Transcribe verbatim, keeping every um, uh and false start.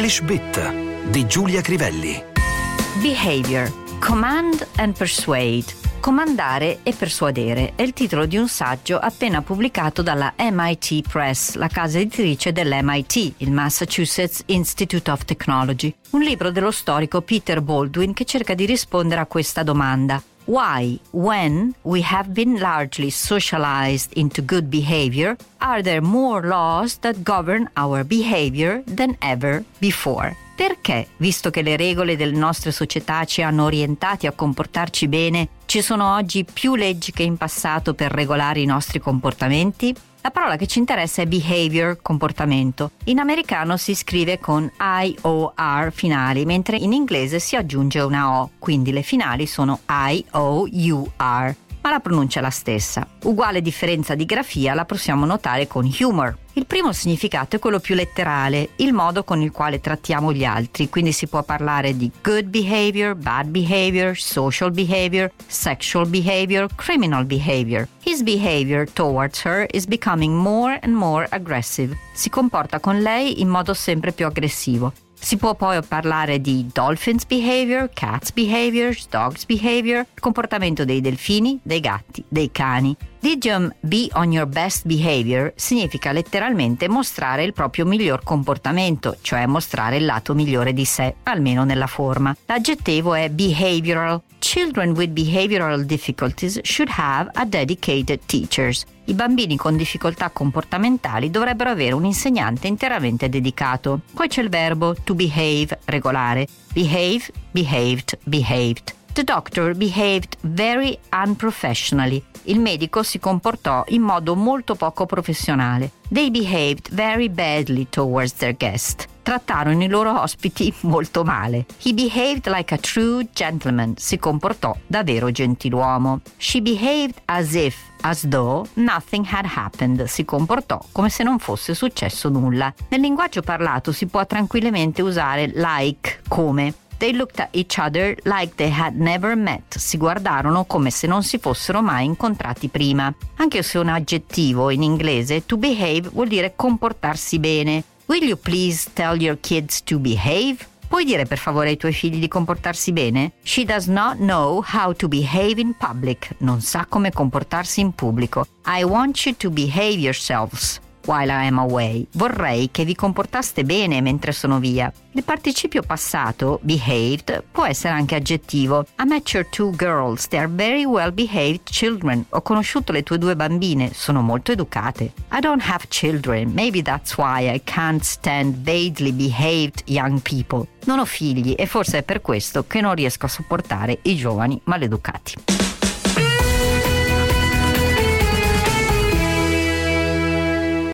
English Bit di Giulia Crivelli. Behavior, Command and Persuade. Comandare e persuadere è il titolo di un saggio appena pubblicato dalla M I T Press, la casa editrice dell'M I T, il Massachusetts Institute of Technology. Un libro dello storico Peter Baldwin che cerca di rispondere a questa domanda. Why, when we have been largely socialized into good behavior, are there more laws that govern our behavior than ever before? Perché, visto che le regole delle nostre società ci hanno orientati a comportarci bene, ci sono oggi più leggi che in passato per regolare i nostri comportamenti? La parola che ci interessa è behavior, comportamento. In americano si scrive con I O R finali, mentre in inglese si aggiunge una O, quindi le finali sono I O U R, ma la pronuncia è la stessa. Uguale differenza di grafia la possiamo notare con humor. Il primo significato è quello più letterale, il modo con il quale trattiamo gli altri, quindi si può parlare di good behavior, bad behavior, social behavior, sexual behavior, criminal behavior. His behavior towards her is becoming more and more aggressive. Si comporta con lei in modo sempre più aggressivo. Si può poi parlare di dolphins behavior, cats behavior, dogs behavior, comportamento dei delfini, dei gatti, dei cani. L'idiom be on your best behavior significa letteralmente mostrare il proprio miglior comportamento, cioè mostrare il lato migliore di sé, almeno nella forma. L'aggettivo è behavioral. Children with behavioral difficulties should have a dedicated teachers. I bambini con difficoltà comportamentali dovrebbero avere un insegnante interamente dedicato. Poi c'è il verbo to behave, regolare. Behave, behaved, behaved. The doctor behaved very unprofessionally. Il medico si comportò in modo molto poco professionale. They behaved very badly towards their guest. Trattarono i loro ospiti molto male. He behaved like a true gentleman. Si comportò da vero gentiluomo. She behaved as if, as though, nothing had happened. Si comportò come se non fosse successo nulla. Nel linguaggio parlato si può tranquillamente usare like, come. They looked at each other like they had never met. Si guardarono come se non si fossero mai incontrati prima. Anche se un aggettivo in inglese, to behave vuol dire comportarsi bene. Will you please tell your kids to behave? Puoi dire per favore ai tuoi figli di comportarsi bene? She does not know how to behave in public. Non sa come comportarsi in pubblico. I want you to behave yourselves while I am away. Vorrei che vi comportaste bene mentre sono via. Il participio passato, behaved, può essere anche aggettivo. I met your two girls. They are very well behaved children. Ho conosciuto le tue due bambine. Sono molto educate. I don't have children. Maybe that's why I can't stand badly behaved young people. Non ho figli e forse è per questo che non riesco a sopportare i giovani maleducati.